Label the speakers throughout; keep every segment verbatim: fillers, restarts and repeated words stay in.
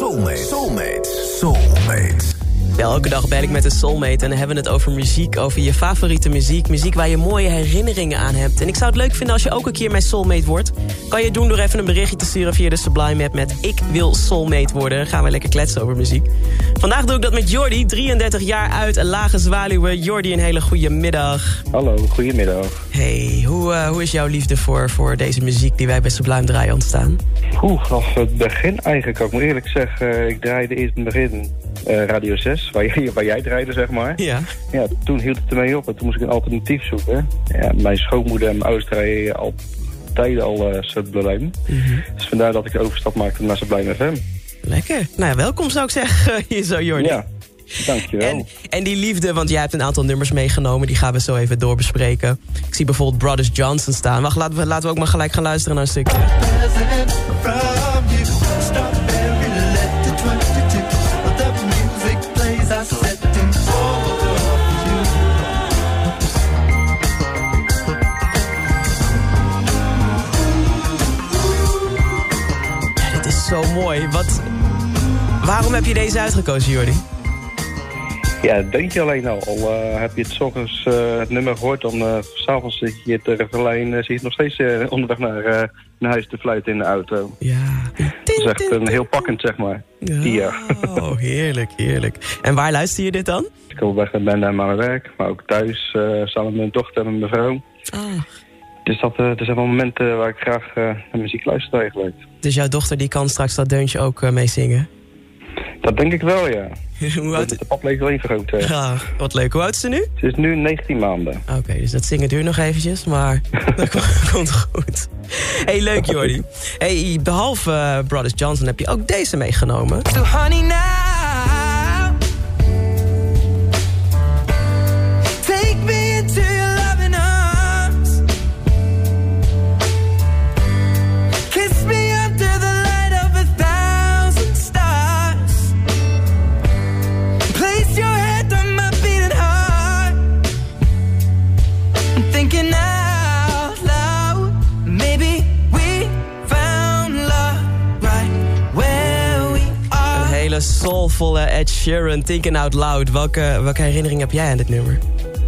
Speaker 1: Soulmate. Soulmate. Soulmate.
Speaker 2: Ja, elke dag bel ik met een soulmate en dan hebben we het over muziek, over je favoriete muziek. Muziek waar je mooie herinneringen aan hebt. En ik zou het leuk vinden als je ook een keer mijn soulmate wordt. Kan je doen door even een berichtje te sturen via de Sublime app met ik wil soulmate worden. Dan gaan we lekker kletsen over muziek. Vandaag doe ik dat met Jordi, drieëndertig jaar uit Lage Zwaluwen. Jordi, een hele goede middag.
Speaker 3: Hallo, goedemiddag.
Speaker 2: Hey, hoe, uh, hoe is jouw liefde voor, voor deze muziek die wij bij Sublime draaien ontstaan?
Speaker 3: Oeh, vanaf het begin eigenlijk. Ik moet eerlijk zeggen, ik draaide eerst in het begin uh, Radio zes, waar jij, waar jij draaide, zeg maar.
Speaker 2: Ja.
Speaker 3: Ja, toen hield het ermee op en toen moest ik een alternatief zoeken. Ja, mijn schoonmoeder en mijn ouders draaien al tijden al uh, Sublime. Mm-hmm. Dus vandaar dat ik de overstap maakte naar Sublime F M.
Speaker 2: Lekker. Nou ja, welkom zou ik zeggen, hier zo, Jordi.
Speaker 3: Ja, dankjewel.
Speaker 2: En, en die liefde, want jij hebt een aantal nummers meegenomen, die gaan we zo even doorbespreken. Ik zie bijvoorbeeld Brothers Johnson staan. Wacht, laten we, laten we ook maar gelijk gaan luisteren naar een stukje. Ja, dit is zo mooi. Wat, waarom heb je deze uitgekozen, Jordi?
Speaker 3: Ja, denk je alleen al. Al uh, heb je het 's ochtends uh, het nummer gehoord, dan uh, 's avonds zit je het refrein, uh, zie je het nog steeds uh, onderweg naar, uh, naar huis te fluiten in de auto.
Speaker 2: Ja.
Speaker 3: Dat is echt een heel pakkend, zeg maar.
Speaker 2: Ja.
Speaker 3: Ja.
Speaker 2: Oh, heerlijk, heerlijk. En waar luister je dit dan?
Speaker 3: Ik kom weg met ben naar mijn werk, maar ook thuis, uh, samen met mijn dochter en mijn vrouw.
Speaker 2: Ah.
Speaker 3: Dus dat, uh, er zijn wel momenten waar ik graag uh, naar muziek luister eigenlijk.
Speaker 2: Dus jouw dochter die kan straks dat deuntje ook uh, meezingen?
Speaker 3: Dat denk ik wel, ja.
Speaker 2: Hoe oud...
Speaker 3: De pap leeft wel even groot. Uh.
Speaker 2: Ja, wat leuk. Hoe oud is ze nu?
Speaker 3: Ze is nu negentien maanden.
Speaker 2: Oké, okay, dus dat zingen duurt nog eventjes, maar dat komt goed. Hey, leuk Jordi. Hey, behalve uh, Brothers Johnson heb je ook deze meegenomen. So honey now, take me into your loving arms. Kiss me under the light of a thousand stars. Place your head on my beating heart. I'm thinking out loud, maybe we found love right where we are. Een hele soulvolle Ed Sheeran, Thinking Out Loud. Welke, welke herinnering heb jij aan dit nummer?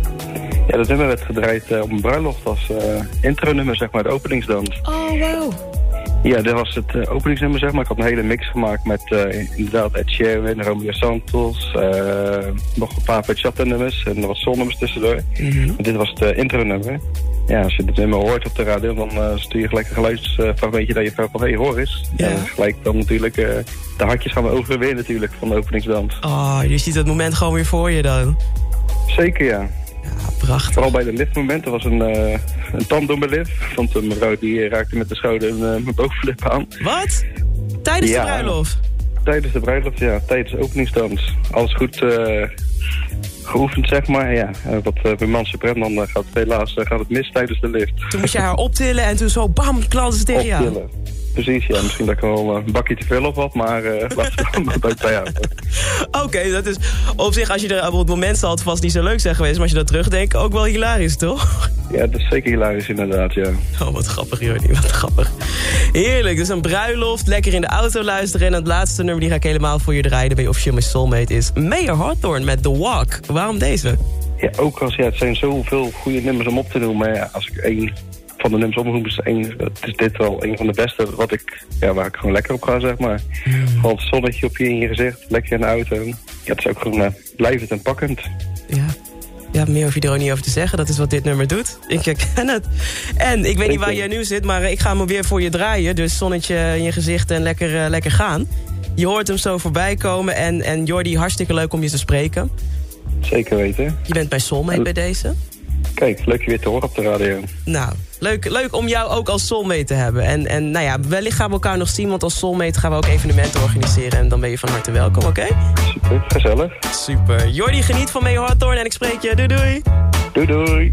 Speaker 3: Ja, dat nummer werd gedraaid uh, op een bruiloft als uh, intro-nummer, zeg maar, de openingsdans.
Speaker 2: Oh, wow.
Speaker 3: Ja, dit was het uh, openingsnummer, zeg maar. Ik had een hele mix gemaakt met uh, inderdaad Ed Sheeran, Romeo Santos, uh, nog een paar bachata-nummers en er wat soul-nummers tussendoor. Mm-hmm. Dit was het uh, intro-nummer. Ja, als je dit nummer hoort op de radio, dan uh, stuur je gelijk een geluidsfragmentje dat je vraagt van, hé, hey, hoor eens. Ja. En gelijk dan natuurlijk, uh, de hartjes gaan we over weer natuurlijk van de openingsdans.
Speaker 2: Oh, je ziet het moment gewoon weer voor je dan.
Speaker 3: Zeker, ja.
Speaker 2: Ja, prachtig.
Speaker 3: Vooral bij de liftmoment, er was een, uh, een tand door mijn lift. Want uh, mevrouw die raakte met de schouder uh, mijn bovenlip aan.
Speaker 2: Wat? Tijdens
Speaker 3: ja,
Speaker 2: de bruiloft?
Speaker 3: Tijdens de bruiloft, ja. Tijdens de openingsdans. Alles goed uh, geoefend, zeg maar. Ja, uh, wat uh, bij man suprem, dan uh, gaat het helaas uh, gaat het mis tijdens de lift.
Speaker 2: Toen moest je haar optillen en toen zo bam, knalde ze tegen jou.
Speaker 3: Optillen. Precies, ja. Misschien dat ik wel een bakje te veel op had, maar uh, laten we dat ook bij jou.
Speaker 2: Oké, okay, dat is op zich, als je er op het moment zal het vast niet zo leuk zijn geweest, maar als je dat terugdenkt, ook wel hilarisch, toch?
Speaker 3: Ja, dat is zeker hilarisch inderdaad, ja.
Speaker 2: Oh, wat grappig, Jordi, wat grappig. Heerlijk, dus een bruiloft, lekker in de auto luisteren. En het laatste nummer, die ga ik helemaal voor je draaien, ben je officieel mijn soulmate, is Mayer Hawthorne met The Walk. Waarom deze?
Speaker 3: Ja, ook als, ja, het zijn zoveel goede nummers om op te doen, maar ja, als ik één van de nummers omroep is, één, het is dit wel een van de beste wat ik, ja, waar ik gewoon lekker op ga, zeg maar. Mm. Gewoon het zonnetje op je in je gezicht, lekker in de auto. Ja, het is ook gewoon uh, blijvend en pakkend.
Speaker 2: Ja. Ja, meer hoef je er ook niet over te zeggen. Dat is wat dit nummer doet. Ik herken het. En ik weet niet waar jij nu zit, maar ik ga hem weer voor je draaien. Dus zonnetje in je gezicht en lekker, uh, lekker gaan. Je hoort hem zo voorbij komen. En, en Jordi, hartstikke leuk om je te spreken.
Speaker 3: Zeker weten.
Speaker 2: Je bent mijn soulmate bij deze.
Speaker 3: Kijk, leuk je weer te horen op de radio.
Speaker 2: Nou, leuk, leuk om jou ook als soulmate te hebben. En, en nou ja, wellicht gaan we elkaar nog zien, want als soulmate gaan we ook evenementen organiseren. En dan ben je van harte welkom, oké? Okay?
Speaker 3: Super, gezellig.
Speaker 2: Super. Jordi, geniet van Mayer Hawthorne en ik spreek je. Doei doei.
Speaker 3: Doei doei.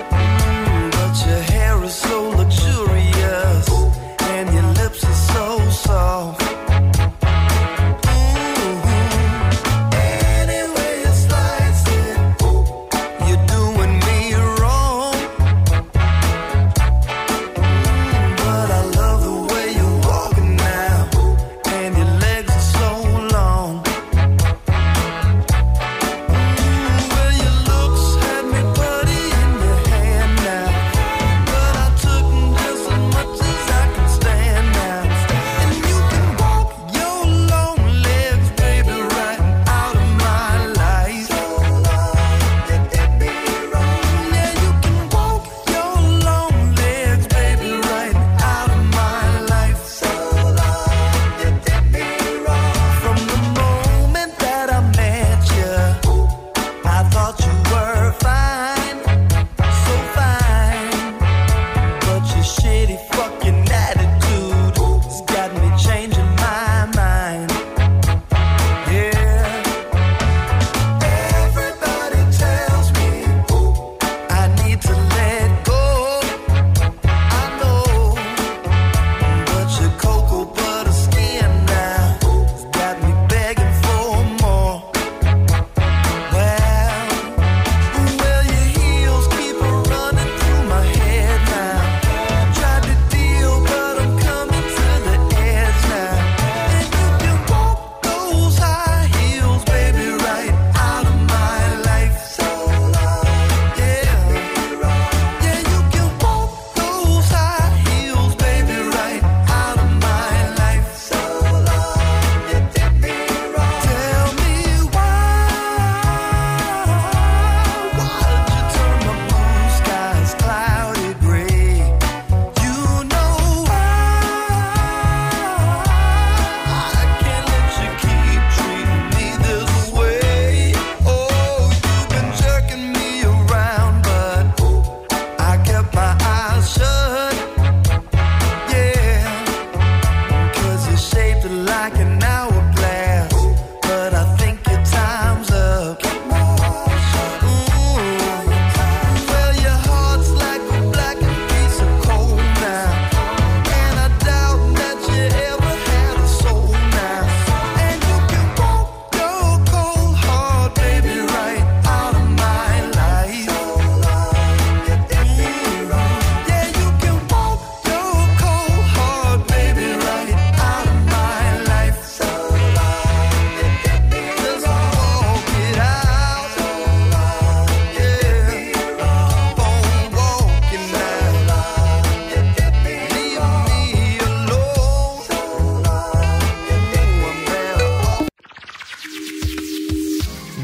Speaker 4: So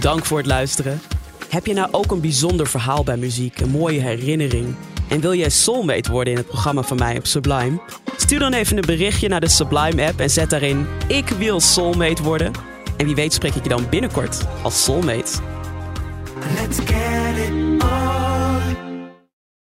Speaker 2: dank voor het luisteren. Heb je nou ook een bijzonder verhaal bij muziek, een mooie herinnering? En wil jij soulmate worden in het programma van mij op Sublime? Stuur dan even een berichtje naar de Sublime-app en zet daarin: ik wil soulmate worden. En wie weet spreek ik je dan binnenkort als soulmate.
Speaker 1: Let's get it on.